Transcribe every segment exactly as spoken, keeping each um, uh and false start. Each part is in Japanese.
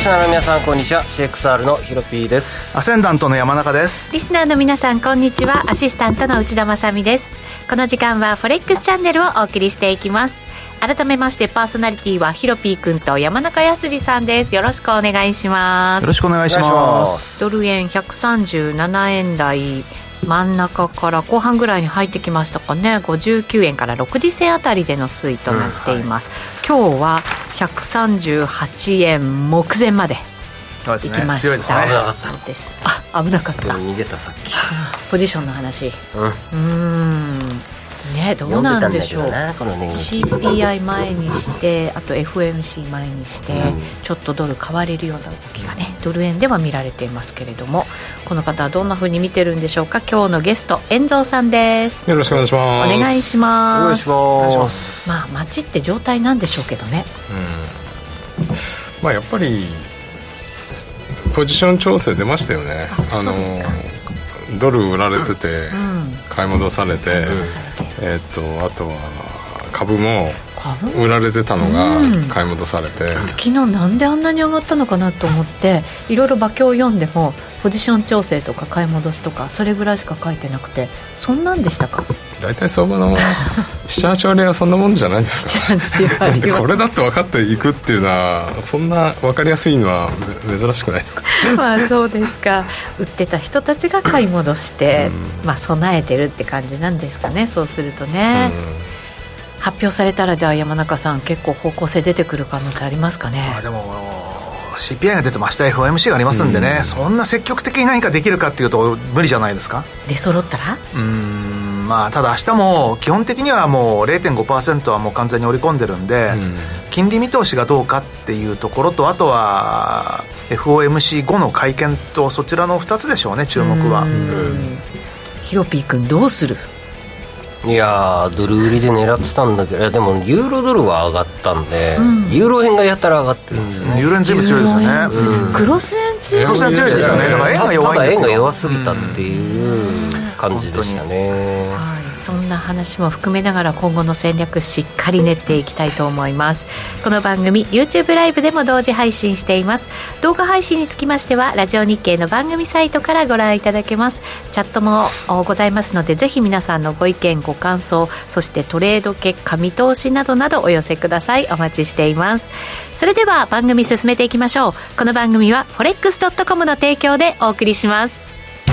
スナーの皆さんこんにちは。 シーエックスアール のヒロピーです。 アセンダントの山中です。 リスナーの皆さんこんにちは。アシスタントの内田まさみです。この時間はフォレックスチャンネルをお送りしていきます。改めましてパーソナリティはヒロピーくんと山中康さんです。よろしくお願いします。 よろしくお願いします。 ドル円ひゃくさんじゅうななえん台真ん中から後半ぐらいに入ってきましたかね。ごじゅうきゅうえんからろくじゅっせんあたりでの推移となっています、うんはい、今日はひゃくさんじゅうはちえん目前まで行きました。 強いですね。 危なかった。そうです。あ、危なかった。 逃げたさっきポジションの話、うん、うーんね、どうなんでしょう。 シーピーアイ 前にしてあと エフオーエムシー 前にして、うん、ちょっとドル買われるような動きがねドル円では見られていますけれども、この方はどんな風に見てるんでしょうか。今日のゲスト遠藤さんです。 よろしくお願いします。 お願いします。 お願いします。 まあ街って状態なんでしょうけどね、 うんまあ、やっぱりポジション調整出ましたよね。ああのドル売られてて、うん、買い戻されて、うんえー、っとあとは株も売られてたのが買い戻されて、うん、 昨日なんであんなに上がったのかなと思っていろいろ馬況を読んでもポジション調整とか買い戻すとかそれぐらいしか書いてなくて、そんなんでしたか。 大体相場のなな、はち割はそんなもんじゃないですか。でこれだって分かっていくっていうのはそんな分かりやすいのは珍しくないですか。 まあそうですか。売ってた人たちが買い戻して、うんまあ、備えてるって感じなんですかね。そうするとね、うん、発表されたらじゃあ山中さん結構方向性出てくる可能性ありますかね。 あでも シーピーアイ が出ても明日 エフオーエムシー がありますんでね、うん、そんな積極的に何かできるかっていうと無理じゃないですか。 出揃ったらうーんまあただ明日も基本的にはもう ゼロテンごパーセント はもう完全に織り込んでるんで、うん、金利見通しがどうかっていうところとあとは エフオーエムシー 後の会見とそちらのふたつでしょうね注目は。 ヒロピー君どうする。 いやドル売りで狙ってたんだけど、でもユーロドルは上がったんで、うん、ユーロ円がやったら上がってるんですよね、 うん、ユーロ円全部強いですよね、 うん、クロス円強い、 クロス円強いですよね。だから円が弱いんですよ。 ただ円が弱すぎたっていう感じでしたね、 はい、そんな話も含めながら今後の戦略しっかり練っていきたいと思います。この番組 YouTube ライブでも同時配信しています。動画配信につきましてはラジオ日経の番組サイトからご覧いただけます。チャットもございますのでぜひ皆さんのご意見ご感想そしてトレード結果見通しなどなどお寄せください。お待ちしています。それでは番組進めていきましょう。この番組は フォレックスドットコム の提供でお送りします。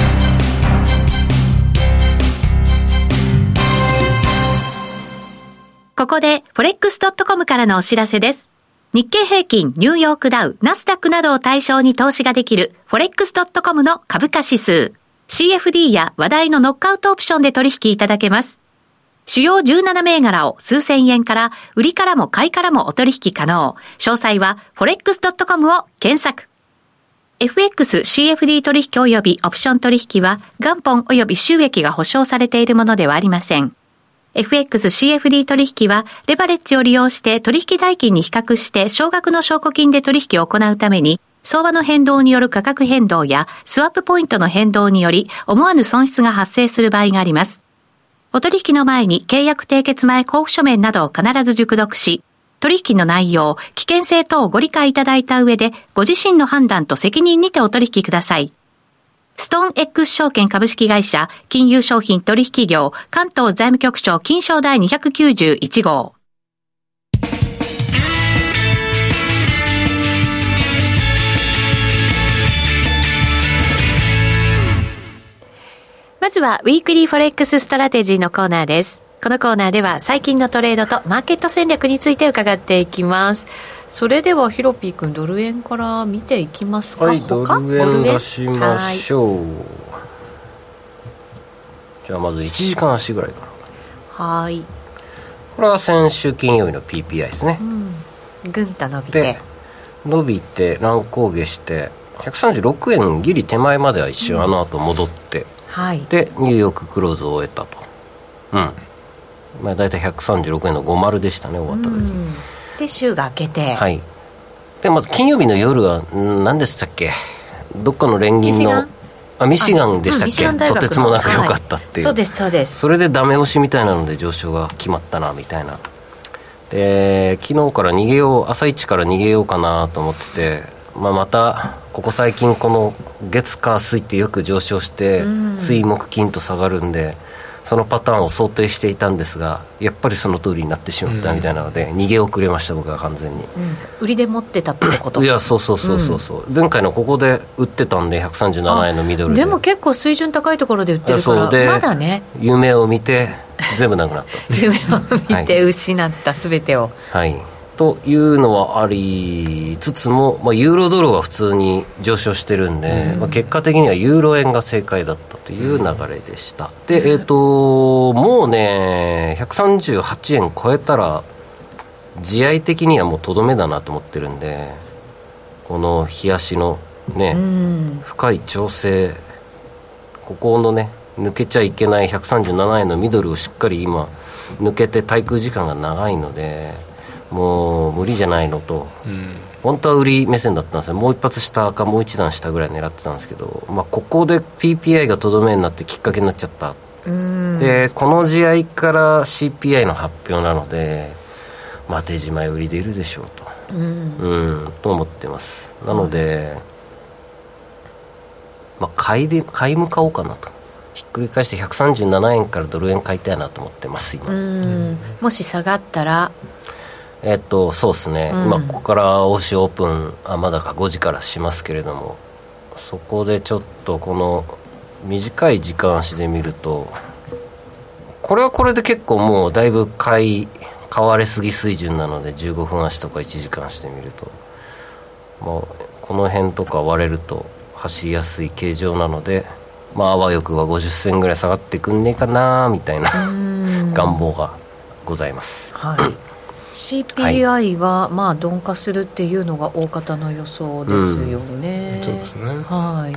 ここで フォレックスドットコム からのお知らせです。日経平均、ニューヨークダウ、ナスダックなどを対象に投資ができる フォレックスドットコム の株価指数。シーエフディー や話題のノックアウトオプションで取引いただけます。主要じゅうなな銘柄を数千円から売りからも買いからもお取引可能。詳細は フォレックスドットコム を検索。エフエックスシーエフディー 取引及びオプション取引は元本及び収益が保証されているものではありません。エフエックスシーエフディー 取引はレバレッジを利用して取引代金に比較して少額の証拠金で取引を行うために相場の変動による価格変動やスワップポイントの変動により思わぬ損失が発生する場合があります。お取引の前に契約締結前交付書面などを必ず熟読し、取引の内容、危険性等をご理解いただいた上でご自身の判断と責任にてお取引ください。ストーン X 証券株式会社金融商品取引業関東財務局長金商第にひゃくきゅうじゅういち号。まずはウィークリーフォレックスストラテジーのコーナーです。このコーナーでは最近のトレードとマーケット戦略について伺っていきます。それではヒロピー君ドル円から見ていきますか。 はい、ドル円出しましょう。じゃあまずいちじかん足ぐらいかな。 はい。 これは先週金曜日の ピーピーアイ ですね、うん、 ぐんと伸びて伸びて乱高下してひゃくさんじゅうろくえんギリ手前までは一瞬あの後戻って、うんはい、でニューヨーククローズを終えたと、うんまあ、だいたいひゃくさんじゅうろくえんのごじゅうでしたね終わった時、うん、 で週が明けて、 はい、でまず金曜日の夜は何でしたっけ、どっかの連銀のあミシガンでしたっけ、うん、とてつもなく良かったっていう、 はい、そうですそうです。 それでダメ押しみたいなので上昇が決まったなみたいなで、昨日から逃げよう朝一から逃げようかなと思っててまあ、またここ最近この月火水ってよく上昇して水木金と下がるんで、そのパターンを想定していたんですが、やっぱりその通りになってしまったみたいなので、うん、逃げ遅れました僕は完全に、うん、 売りで持ってたってこと？ いやそうそうそうそうそう、うん、前回のここで売ってたんでひゃくさんじゅうななえんのミドルで、 でも結構水準高いところで売ってるからまだね、 夢を見て全部なくなった夢を見て失った全てを、 はい、はいというのはありつつも、まあ、ユーロドルは普通に上昇してるんで、うんまあ、結果的にはユーロ円が正解だったという流れでした。で、えーと、もうねひゃくさんじゅうはちえん超えたら地合い的にはもうとどめだなと思ってるんで、この日足のね、うん、深い調整、ここのね抜けちゃいけないひゃくさんじゅうななえんのミドルをしっかり今抜けて滞空時間が長いので、もう無理じゃないのと、うん、本当は売り目線だったんですよ。もう一発下かもう一段下ぐらい狙ってたんですけど、まあ、ここで ピーピーアイ がとどめになってきっかけになっちゃった。うんでこの試合から シーピーアイ の発表なので、まあ、手締まい売り出るでしょうと、うんうん、と思ってます。なので、まあ、買いで買い向かおうかなと、ひっくり返してひゃくさんじゅうななえんからドル円買いたいなと思ってます今。 うんもし下がったらえっとそうですね、うん、今ここから欧州オープンあまだかごじからしますけれども、そこでちょっとこの短い時間足で見ると、これはこれで結構もうだいぶ買い買われすぎ水準なので、じゅうごふん足とかいちじかん足で見ると、もうこの辺とか割れると走りやすい形状なので、まああわよくはごじゅっせんぐらい下がってくんねえかなみたいな願望がございます。 はいシーピーアイ は、はい、まあ鈍化するっていうのが大方の予想ですよね、 うん、そうですね、 はい、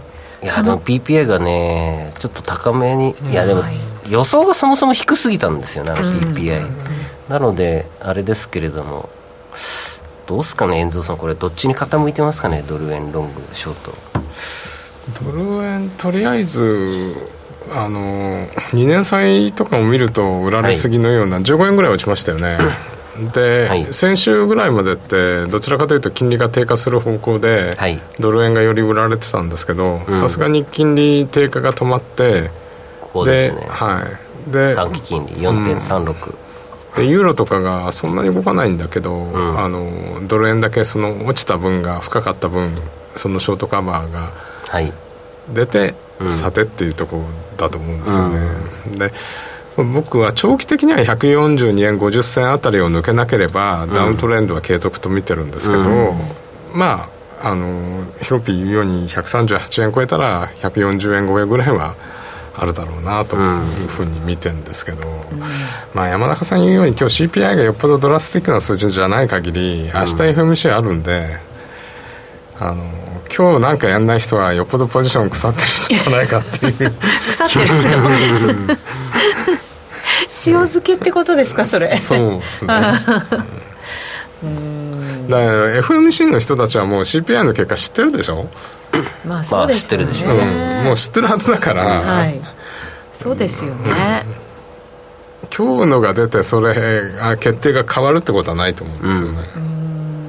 いやでも ピーピーアイ がねちょっと高めに、うん、いやでも予想がそもそも低すぎたんですよね、うん、ピーピーアイ、うん、なのであれですけれども、どうすかね遠藤さん、これどっちに傾いてますかね、ドル円ロングショート。 ドル円とりあえずあのにねん債とかを見ると売られすぎのような、はい、じゅうごえんぐらい落ちましたよね、で、はい、先週ぐらいまでってどちらかというと金利が低下する方向で、はい、ドル円がより売られてたんですけど、さすがに金利低下が止まって、 ここですね、 はい、で短期金利 よんてんさんろく、 うん、でユーロとかがそんなに動かないんだけど、うん、あのドル円だけその落ちた分が深かった分、そのショートカバーが出て、はい、さてっていうところだと思うんですよね、うん、で僕は長期的にはひゃくよんじゅうにえんごじゅっせんあたりを抜けなければダウントレンドは継続と見てるんですけど、うん、まああのヒロピー言うようにひゃくさんじゅうはちえん超えたらひゃくよんじゅうえん超えぐらいはあるだろうなというふうに見てるんですけど、うん、まあ、山中さん言うように今日 シーピーアイ がよっぽどドラスティックな数字じゃない限り明日 エフエムシー あるんで、あの今日なんかやんない人はよっぽどポジション腐ってる人じゃないかっていう腐ってる人塩漬けってことですかそれ。 そうですねうんだから エフエムシー の人たちはもう シーピーアイ の結果知ってるでしょ。 まあそうですよね、 まあ、知ってるでしょう、 うん、もう知ってるはずだから、 はい、そうですよね、 うん、今日のが出てそれあ決定が変わるってことはないと思うんですよね、うん、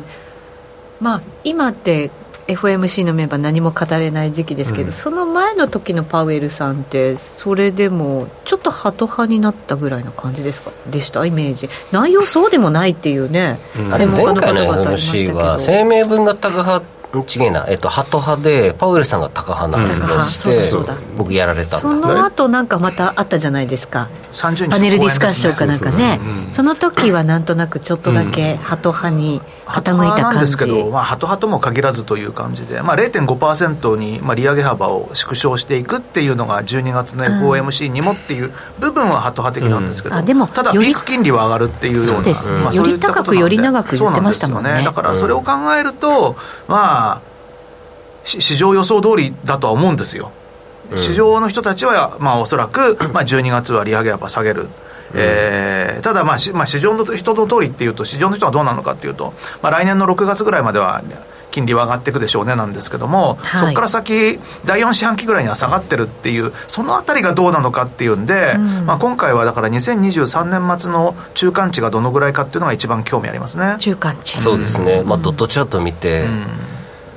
まあ今って エフエムシー のメンバー何も語れない時期ですけど、うん、その前の時のパウエルさんってそれでもちょっとハト派になったぐらいの感じですかでしたイメージ。内容そうでもないっていうね、 うん、専門家の方々ありましたけど、前回の エフエムシー は声明文がタグ派違えな、えっと、ハト派でパウエルさんがタカ派なんですけど、して、僕やられたんだ。 その後なんかまたあったじゃないですか、 さんじゅうにちパネルディスカッションかなんかね、うん、その時はなんとなくちょっとだけハト派に傾いた感じ、ハト派なんですけど、まあ、ハト派とも限らずという感じで、まあ、れいてんごパーセント に、まあ、利上げ幅を縮小していくっていうのがじゅうにがつの エフオーエムシー にもっていう部分はハト派的なんですけど、うん、あでもただピーク金利は上がるっていうような、 そうですね、まあ、より高くより長く言ってましたもんね。 そうなんですよね。だからそれを考えると、まあ市場予想通りだとは思うんですよ、うん、市場の人たちは、まあ、おそらく、まあ、じゅうにがつは利上げ幅下げる、うん、えー、ただ、まあまあ、市場の人の通りっていうと市場の人はどうなのかっていうと、まあ、来年のろくがつぐらいまでは金利は上がっていくでしょうねなんですけども、はい、そこから先だいよん四半期ぐらいには下がってるっていうそのあたりがどうなのかっていうんで、うん、まあ、今回はだからにせんにじゅうさんねん末の中間値がどのぐらいかっていうのが一番興味ありますね。 中間値、 そうですね、まあ、ドットチャート見て、うん、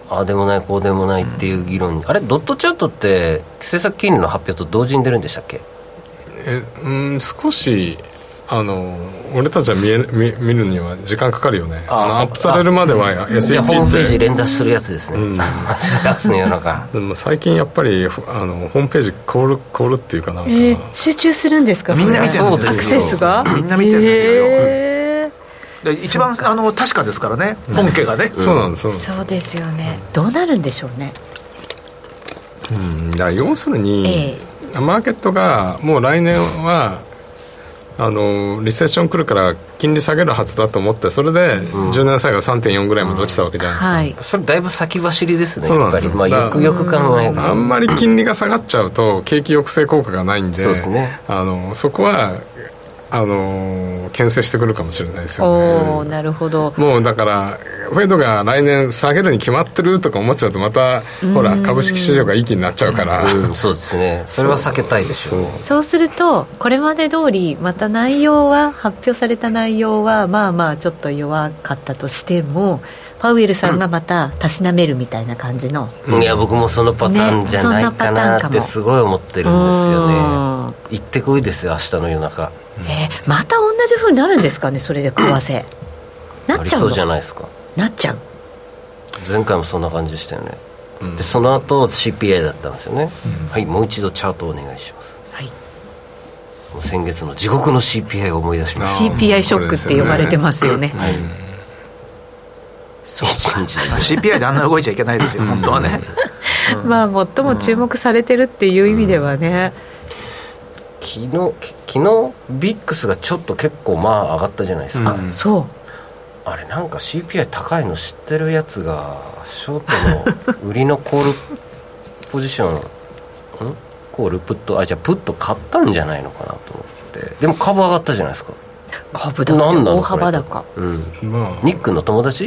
ああでもないこうでもないっていう議論に、うん、あれドットチャートって政策金利の発表と同時に出るんでしたっけ？ えうん少しあの俺たちは見え 見, 見るには時間かかるよね。あのアップされるまでは エスアンピー ってホームページ連打するやつですね、うん、安の夜中でも最近やっぱりあのホームページコールコールっていうかなんか、えー、 集中するんですか？ みんな見てるんですよ。 アクセスがみんな見てるんですよ、えー、で一番あの確かですからね、本家がね、 うん、そうなんですそうですよね。どうなるんでしょうね。 うん、だから要するに、えー、マーケットがもう来年はあのリセッション来るから金利下げるはずだと思って、それでじゅうねん債が さんてんよん ぐらいまで落ちたわけじゃないですか、うんはい、 それだいぶ先走りですね。 そうなんですよ、 まあ、よくよく考えばあんまり金利が下がっちゃうと景気抑制効果がないんで、そうですね、あのそこはあの牽制してくるかもしれないですよね。 おー、なるほど。 もうだからフェドが来年下げるに決まってるとか思っちゃうとまたほら株式市場がいい気になっちゃうから、 うん、そうですね、それは避けたいですよ。 そう、そうするとこれまで通りまた内容は発表された内容はまあまあちょっと弱かったとしてもパウエルさんがまたたしなめるみたいな感じの、 うん、いや僕もそのパターンじゃないかなってすごい思ってるんですよね。行ってこいですよ明日の夜中、 えー、また同じ風になるんですかね。それで為替なっちゃうの？ ありそうじゃないですか。 なっちゃう。 前回もそんな感じでしたよね、うん、でその後 シーピーアイ だったんですよね、うん、はい、もう一度チャートをお願いします、はい、もう先月の地獄の シーピーアイ を思い出しました。 シーピーアイ ショックって呼ばれてますよね、はい、 そうかシーピーアイ であんな動いちゃいけないですよ本当はね、 うん、まあ最も注目されてるっていう意味ではね、 うん、昨日昨日ビックスがちょっと結構まあ上がったじゃないですか、 うん、そうあれなんか シーピーアイ 高いの知ってるやつがショートの売りのコールポジションんコールプットあじゃあプット買ったんじゃないのかなと思って。でも株上がったじゃないですか。 株だって大幅高、 うん、まあ、ニックの友達ビ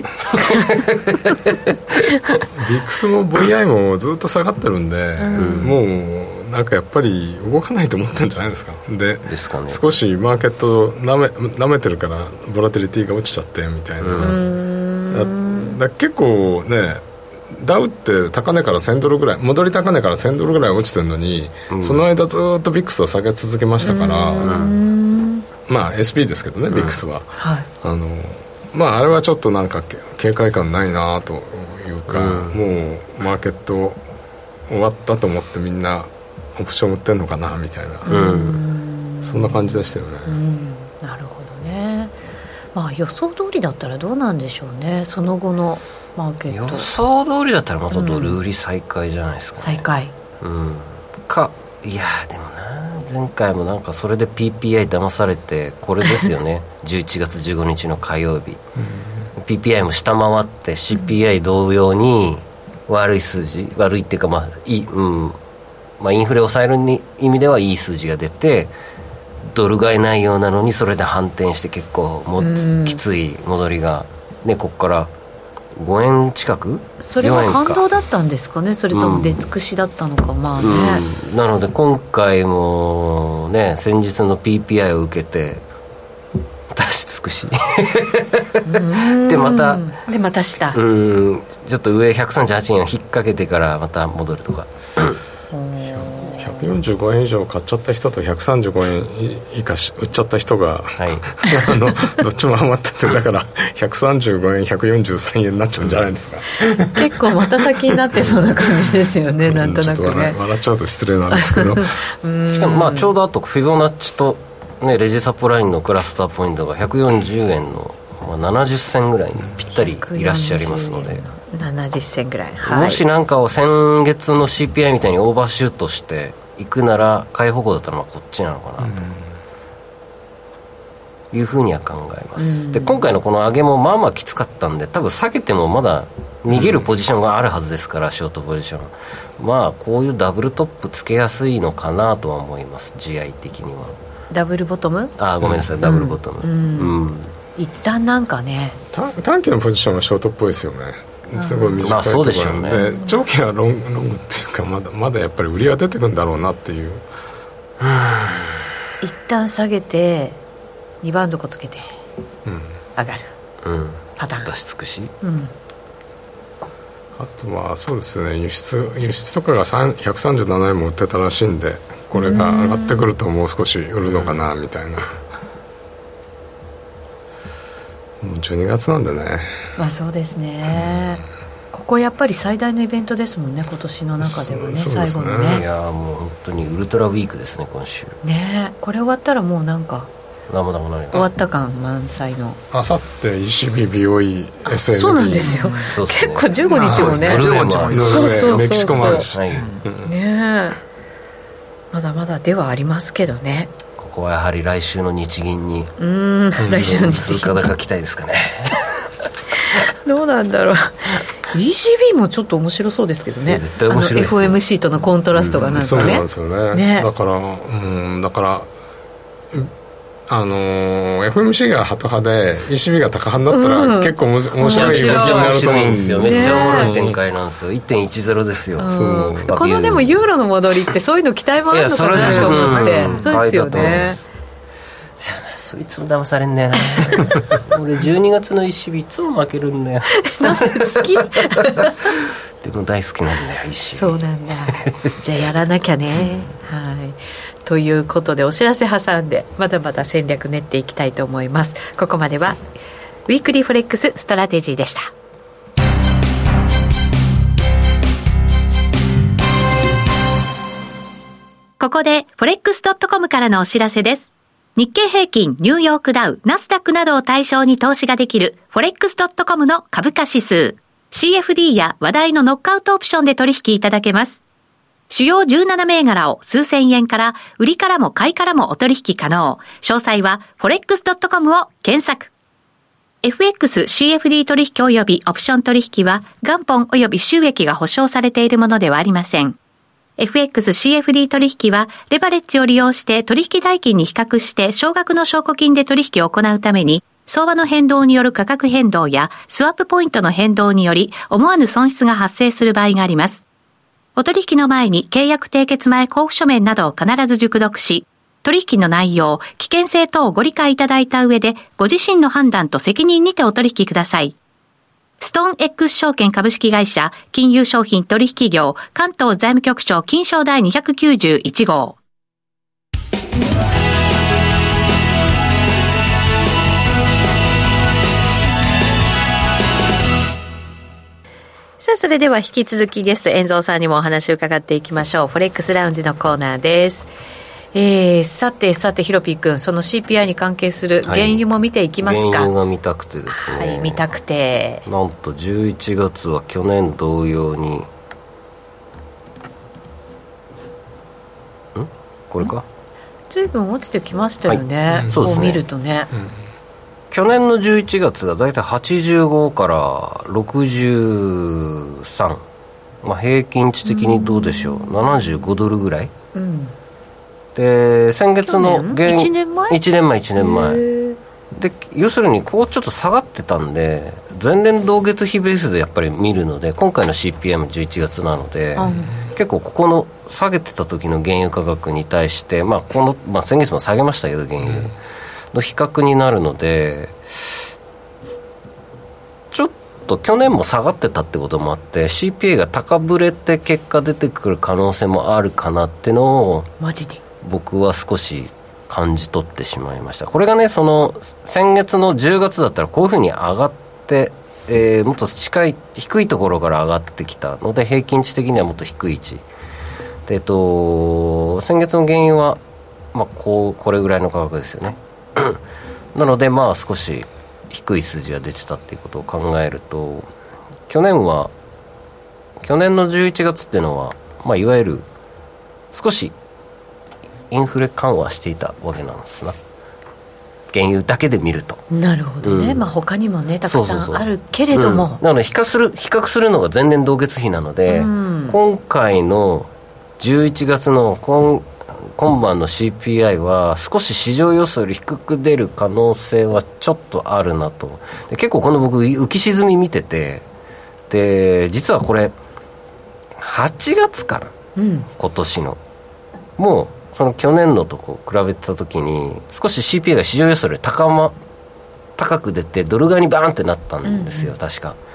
ックスも ブイアイ もずっと下がってるんで、うん、もうなんかやっぱり動かないと思ったんじゃないですか。 で, ですか、ね、少しマーケットなめ舐めてるからボラティリティが落ちちゃってみたいな、うん、だだ結構ねダウって高値からせんドルぐらい戻り高値からせんドルぐらい落ちてるのに、うん、その間ずっとビックスは下げ続けましたから、うんまあ エスピー ですけどね、うん、ビックスは、はい、あのまああれはちょっとなんか警戒感ないなというか、うん、もうマーケット終わったと思ってみんなオプション売ってんのかなみたいな、うん、そんな感じでしたよね、うん、 なるほどね。まあ予想通りだったらどうなんでしょうね。その後のマーケット予想通りだったらまたドル売り再開じゃないですかね、 再開、 うん、かいやでもな前回もなんかそれで ピーピーアイ 騙されてこれですよねじゅういちがつじゅうごにちの火曜日、うん、ピーピーアイ も下回って シーピーアイ 同様に悪い数字悪いっていうかまあいい、うんまあ、インフレを抑えるに意味ではいい数字が出てドル買い内容なのにそれで反転して結構もきつい戻りが、ね、ここからごえん近くそれは反動だったんですかね。それとも出尽くしだったのか、うん、まあね、 うん、なので今回もね先日の ピーピーアイ を受けて出し尽くしでまたでまた下うんちょっと上ひゃくさんじゅうはちえんを引っ掛けてからまた戻るとかひゃくよんじゅうごえん以上買っちゃった人とひゃくさんじゅうごえん以下売っちゃった人が、はい、あのどっちも余っててだからひゃくさんじゅうごえんひゃくよんじゅうさんえんになっちゃうんじゃないですか結構また先になってそうな感じですよねなんとなくね。 笑, 笑っちゃうと失礼なんですけどしかもまあちょうどあとフィボナッチと、ね、レジサポラインのクラスターポイントがひゃくよんじゅうえんのななじゅっ銭ぐらいにぴったりいらっしゃいますのでななじゅっ銭ぐらい、はい、 もしなんかを先月の シーピーアイ みたいにオーバーシュートしていくなら買い方向だったらまあこっちなのかなというふうには考えます。で今回のこの上げもまあまあきつかったんで多分下げてもまだ逃げるポジションがあるはずですからショートポジションまあこういうダブルトップつけやすいのかなとは思います。地合い的にはダブルボトムあごめんなさい、うん、ダブルボトム、うんうん、一旦なんかね短期のポジションはショートっぽいですよね。すごい短いところ、まあ、そうでしょうね。長期はロング、ロングっていうかまだまだやっぱり売りは出てくるんだろうなっていう一旦下げてにばん底つけて、うん、上がる、うん、パターン出し尽くし、 うん、 あとはそうですね、輸出輸出とかがひゃくさんじゅうななえんも売ってたらしいんで、これが上がってくるともう少し売るのかなみたいな。もうじゅうにがつなんでね。 まあそうですね、ここやっぱり最大のイベントですもんね、今年の中ではね、最後のね。 いやもう本当にウルトラウィークですね今週ね。これ終わったらもうなんかなんもなんもない終わった感満載の。 あさって イーシービー ビーオーイー エスエヌビーそうなんですよ、 そうですね、 結構じゅうごにちもね、 じゅうごにちもいる、 そうそうそうそう、 メキシコもあるし、 はい、 ね、まだまだではありますけどね。 ここはやはり来週の日銀にうーん、来週の日通貨高期待ですかねどうなんだろうイーシービー もちょっと面白そうですけどね、 絶対面白いですね、 あの エフオーエムシー とのコントラストがなんかね、 そうなんですよ ね, ねだから、うん、だからあのー、エフオーエムシー がハト派で イーシービー がタカ派になったら、うん、結構面白い動きになると思うんですよ。 めっちゃおもろい展開なんですよ。 いってんいちゼロ ですよ、うん、 そうこのでもユーロの戻りってそういうの期待もあるのかなと思って、うん、そうですよね。 そいつも騙されんだよな俺じゅうにがつの イーシービー いつも負けるんだよなんで好きでも大好きなんだよ イーシービー。 そうなんだじゃあやらなきゃねはいということでお知らせ挟んでまだまだ戦略練っていきたいと思います。ここまではウィークリーフォレックスストラテジーでした。ここで フォレックスドットコム からのお知らせです。日経平均、ニューヨークダウ、ナスダックなどを対象に投資ができる フォレックスドットコム の株価指数 シーエフディー や話題のノックアウトオプションで取引いただけます。主要じゅうなな銘柄を数千円から売りからも買いからもお取引可能。詳細は フォレックスドットコム を検索。エフエックスシーエフディー 取引及びオプション取引は元本及び収益が保証されているものではありません。エフエックスシーエフディー 取引はレバレッジを利用して取引代金に比較して少額の証拠金で取引を行うために相場の変動による価格変動やスワップポイントの変動により思わぬ損失が発生する場合があります。お取引の前に契約締結前交付書面などを必ず熟読し、取引の内容、危険性等をご理解いただいた上でご自身の判断と責任にてお取引ください。ストーン X 証券株式会社金融商品取引業関東財務局長金商第にひゃくきゅうじゅういち号。さあそれでは引き続きゲスト遠蔵さんにもお話を伺っていきましょう。フォレックスラウンジのコーナーです。えー、さてさてヒロピー君、その シーピーアイ に関係する原油も見ていきますか。はい、 原油が見たくてですね、 はい、見たくてなんとじゅういちがつは去年同様にんこれか随分落ちてきましたよね、はい、 そうですね、 こう見るとね、うん、 去年のじゅういちがつがだいたいはちじゅうごからろくじゅうさん、まあ、平均値的にどうでしょう、うん、ななじゅうごドルぐらい、うん、で先月の原いちねんまえいちねんまえいちねんまえで、要するにこうちょっと下がってたんで前年同月比ベースでやっぱり見るので、今回の シーピーアイ もじゅういちがつなので、うん、結構ここの下げてた時の原油価格に対して、まあこのまあ、先月も下げましたけど原油の比較になるので、ちょっと去年も下がってたってこともあって シーピーアイ が高ぶれて結果出てくる可能性もあるかなってのをマジで僕は少し感じ取ってしまいました。これがね、その先月のじゅうがつだったらこういうふうに上がって、えー、もっと近い低いところから上がってきたので平均値的にはもっと低い位置で、えっと、先月の原因は、まあ、こうこれぐらいの価格ですよねなのでまあ少し低い数字が出てたっていうことを考えると、去年は去年のじゅういちがつっていうのは、まあ、いわゆる少しインフレ緩和していたわけなんですな、原油だけで見ると。 なるほどね、うん、まあ、他にもねたくさんあるけれども、 そうそうそう、うん、なので比較する比較するのが前年同月比なので、うん、今回のじゅういちがつの今今晩の シーピーアイ は少し市場予想より低く出る可能性はちょっとあるなと。で結構この僕浮き沈み見てて、で実はこれはちがつから、うん、今年のもうその去年のとこ比べてた時に少し シーピーアイ が市場予想より高,、ま、高く出てドル買いにバーンってなったんですよ、うんうん、確か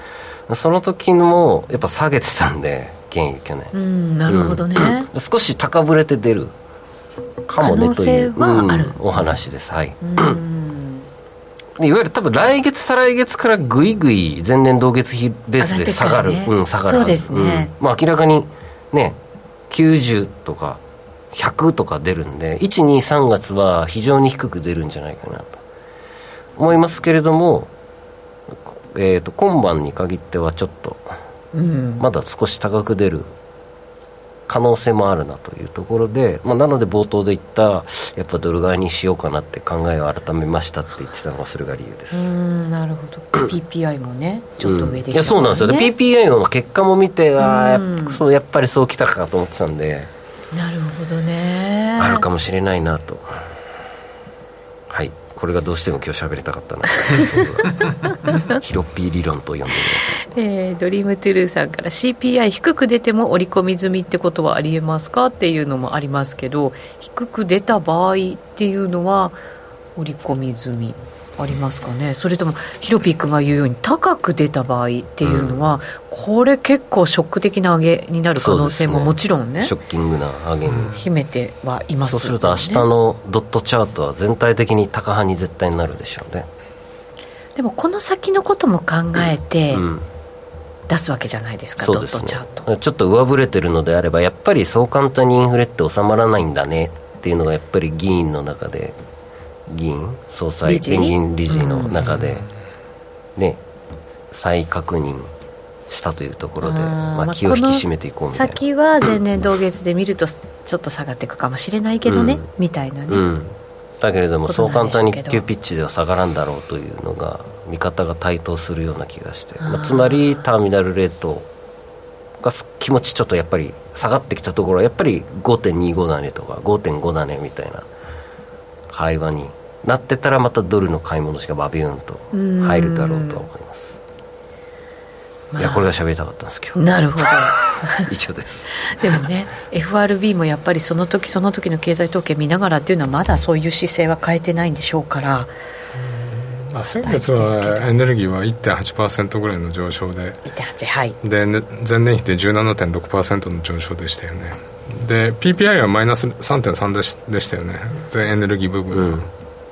その時もやっぱ下げてたんで原油去年、 うん、なるほどね、 うん、少し高ぶれて出るかもねという、 可能性はある、 うん、お話です。はい。いわゆる多分来月再来月からぐいぐい前年同月比ベースで下がる、ね、うん、下がるはず。 そうですね、 うん、まあ、明らかにねきゅうじゅうとかひゃくとか出るんでいち、に、さんがつは非常に低く出るんじゃないかなと思いますけれども、えーと今晩に限ってはちょっとまだ少し高く出る可能性もあるなというところで、まあ、なので冒頭で言ったやっぱドル買いにしようかなって考えを改めましたって言ってたのがそれが理由です。 うーん、なるほど。 ピーピーアイ もねちょっと上でしたね、うん、いやそうなんですよ、ね、ピーピーアイ の結果も見てあやそうやっぱりそうきたかと思ってたんで、 なるほどね、 あるかもしれないなと。はい、これがどうしても今日喋りたかったなヒロッピー理論と呼んでください。 えー、ドリームトゥルーさんから シーピーアイ 低く出ても織り込み済みってことはありえますかっていうのもありますけど、低く出た場合っていうのは織り込み済みありますかね。それともヒロピー君が言うように高く出た場合っていうのは、うん、これ結構ショック的な上げになる可能性ももちろん ね, ねショッキングな上げに秘めてはいますよね。 そうすると明日のドットチャートは全体的に高派に絶対になるでしょうね。 でもこの先のことも考えて、うんうん、出すわけじゃないですか。そうですね、ドットチャートちょっと上振れてるのであればやっぱりそう簡単にインフレって収まらないんだねっていうのがやっぱり議員の中で議員総裁連銀理事の中で、ね、再確認したというところで、まあ、気を引き締めていこうみたいな。 先は前年同月で見るとちょっと下がっていくかもしれないけどね、うん、みたいなね、うん、 だけれどもそう簡単に急ピッチでは下がらんだろうというのが見方が対等するような気がして、まあ、つまりターミナルレートが気持ちちょっとやっぱり下がってきたところはやっぱり ごてんにご だねとか ごてんご だねみたいな会話になってたらまたドルの買い戻しがバビューンと入るだろうと思います。まあ、いやこれが喋りたかったんですけど。 なるほど以上です。 でもね エフアールビー もやっぱりその時その時の経済統計見ながらっていうのはまだそういう姿勢は変えてないんでしょうから。 まあ、先月はエネルギーは いってんはちパーセント ぐらいの上昇でいってんはち、はい、 で前年比で じゅうななてんろくパーセント の上昇でしたよね。で ピーピーアイ はマイナス さんてんさん でし、でしたよね、全エネルギー部分は、うん、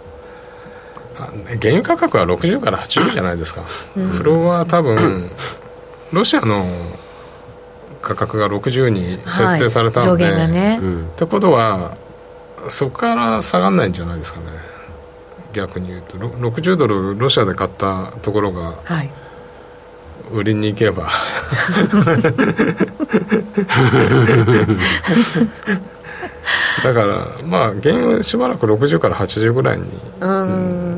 原油価格はろくじゅうからはちじゅうじゃないですか、うん、フローは多分ロシアの価格がろくじゅうに設定されたので、はい、上限がね、うん、ってことはそこから下がらないんじゃないですかね。逆に言うとろくじゅうドルロシアで買ったところが、はい、売りに行けばだからまあ原油しばらくろくじゅうからはちじゅうぐらいに、うん、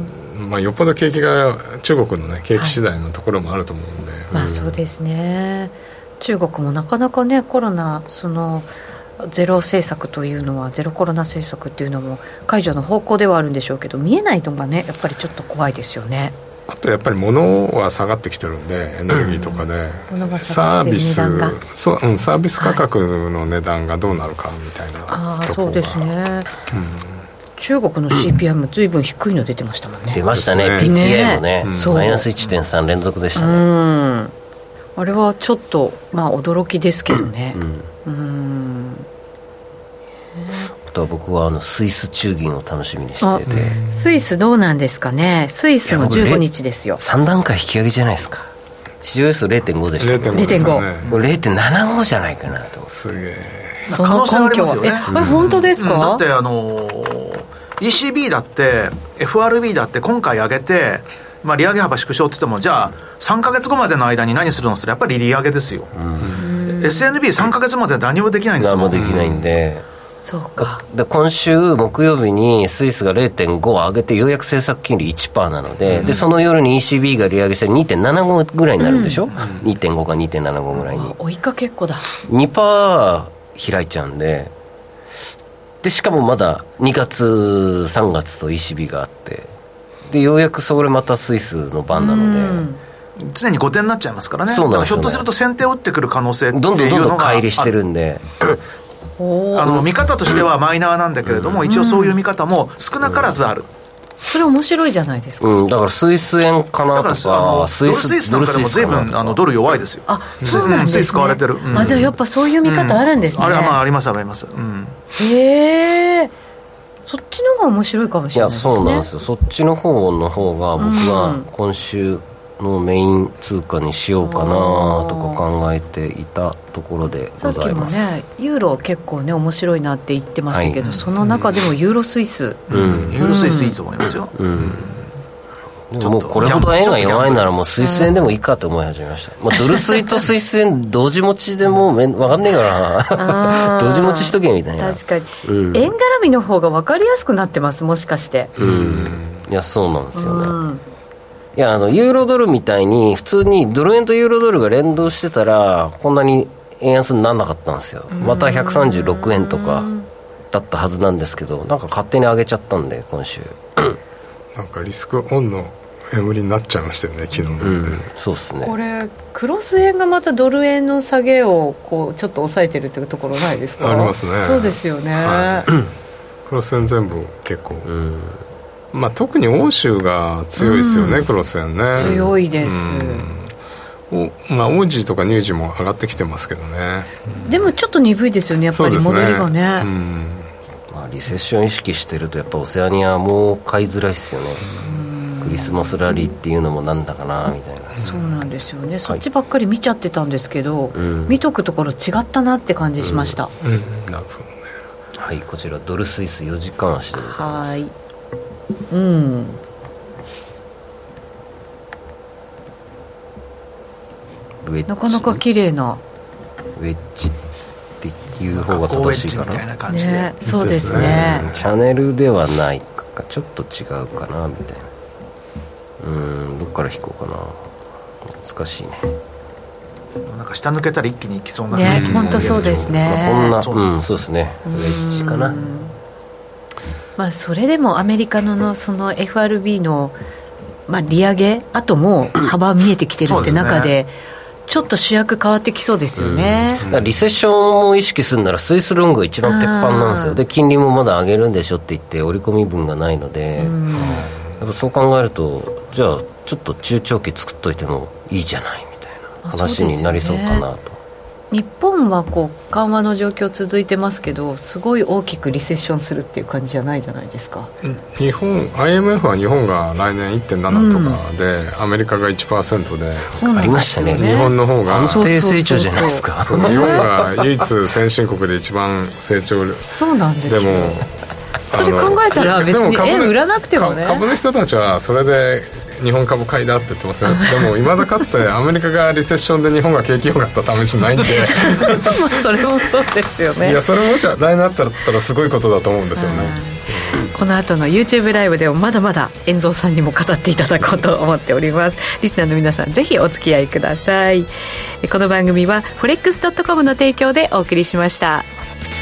まあ、よっぽど景気が中国のね景気次第のところもあると思うんで、はい、 まあそうですね。中国もなかなかねコロナそのゼロ政策というのはゼロコロナ政策っていうのも解除の方向ではあるんでしょうけど見えないのがねやっぱりちょっと怖いですよね。 あとやっぱり物は下がってきてるんでエネルギーとかで、うん、サービスそう、うん、サービス価格の値段がどうなるかみたいな、 はい、あそうですね、うん、中国の シーピーアイ も随分低いの出てましたもんね。 出ましたね、ピーピーアイ もね、うん、マイナス いってんさん 連続でしたね、うん、 あれはちょっとまあ驚きですけどね、うん、うんあとは僕はあのスイス中銀を楽しみにしてて、 スイスどうなんですかね。スイスもじゅうごにちですよ。 さん段階引き上げじゃないですか。市場予想 れいてんご でした、ね、 れいてんごれいてんななご じゃないかなと思って。すげえその根拠はね、 あれ本当ですか、 うん、だってあの イーシービー だって エフアールビー だって今回上げて、まあ、利上げ幅縮小って言ってもじゃあさんかげつごまでの間に何するのするやっぱり利上げですよ、うん、エスエヌビーさん ヶ月まで何もできないんですもん。 何もできないんで、 そうか。 で今週木曜日にスイスが れいてんご を上げてようやく政策金利 いちパーセント なので、うん、でその夜に イーシービー が利上げして にてんななご ぐらいになるんでしょ、うん、にてんご か にてんななご ぐらいに追いかけっこだにパーセント 開いちゃうんで、でしかもまだにがつさんがつと イーシービー があって、でようやくそれまたスイスの番なので、うん、 常にごてんになっちゃいますからね。 そうなんですよね。 だからひょっとすると先手を打ってくる可能性っていうのがどんどんどんどん乖離してるんであの見方としてはマイナーなんだけれども、うん、一応そういう見方も少なからずある、 それ面白いじゃないですか、 うん、だからスイス円かなとか、 スイスドルスイスなんかでも随分あのドル弱いですよ。 あ、そうなんですね、 スイス買われてる、うん、 あ、じゃあやっぱそういう見方あるんですね、 うん、あれはまあありますあります、うん、 へえ、そっちの方が面白いかもしれないですね。 いやそうなんですよ、そっちの方の方が僕は今週のメイン通貨にしようかなとか考えていたところでございます。 さっきもねユーロ結構ね面白いなって言ってましたけど、はい、その中でもユーロスイス、 うんうん、ユーロスイスいいと思いますよ、うんうんうん、でももうこれほど円が弱いならもうスイス円でもいいかと思い始めました、まあ、ドルスイとスイス円同時持ちでもう分かんねえから同時持ちしとけみたいな。 確かに、うん、円絡みの方が分かりやすくなってます、もしかして。 うん、いやそうなんですよね、うん、いやあのユーロドルみたいに普通にドル円とユーロドルが連動してたらこんなに円安にならなかったんですよ。またひゃくさんじゅうろくえんとかだったはずなんですけど、なんか勝手に上げちゃったんで今週なんかリスクオンの円売りになっちゃいましたよね昨日の、うん、 そうですね。 これクロス円がまたドル円の下げをこうちょっと抑えてるっていうところないですか。 ありますね。 そうですよね、はい、 クロス円全部結構、うんまあ、特に欧州が強いですよね、うん、クロス円ね強いです、 うんおまあ、オージーとかニュージーも上がってきてますけどね、 うん、でもちょっと鈍いですよねやっぱり戻りが ね, ね、うんまあ、リセッション意識してるとやっぱオセアニアも買いづらいですよね、うん、クリスマスラリーっていうのもなんだかなみたいな、うん、 そうなんですよね、そっちばっかり見ちゃってたんですけど、はい、見とくところ違ったなって感じしました、 うんうん、なるほどね。 はい、こちらドルスイスよじかん足でございます。 はい、うん、なかなか綺麗なウェッジっていう方が正しいか な, みたいな感じで、 ね、そうですね、 うん、チャンネルではないかちょっと違うかなみたいな。うんどっから引こうかな、難しいね。 なんか下抜けたら一気にいきそうなね、本当そうですね、 まあ、こんなそう、うん、そうですね、ウェッジかな。 まあ、それでもアメリカ の, のその エフアールビー の、まあ、利上げあとも幅見えてきてるって中で、ちょっと主役変わってきそうですよね、 うん、だリセッションを意識するならスイスロングが一番鉄板なんですよ。で金利もまだ上げるんでしょって言って織り込み分がないので、うん、やっぱそう考えるとじゃあちょっと中長期作っといてもいいじゃないみたいな話になりそうかなと。 日本はこう緩和の状況続いてますけどすごい大きくリセッションするっていう感じじゃないじゃないですか。 日本 アイエムエフ は日本が来年 いってんなな とかで、うん、アメリカが いちパーセント でありましたね。 日本の方が安定成長じゃないですか。 そうそうそうそう日本が唯一先進国で一番成長そうなんですよ。 でもそれ考えたら別に円売らなくてもね、 株の人たちはそれで日本株買いだって言ってますね。でも未だかつてアメリカがリセッションで日本が景気良かった試しないんでそれもそうですよね。 いやそれもし来年あったらすごいことだと思うんですよね。 この後の YouTube ライブでもまだまだ遠蔵さんにも語っていただこうと思っております。リスナーの皆さんぜひお付き合いください。この番組は フォレックスドットコム の提供でお送りしました。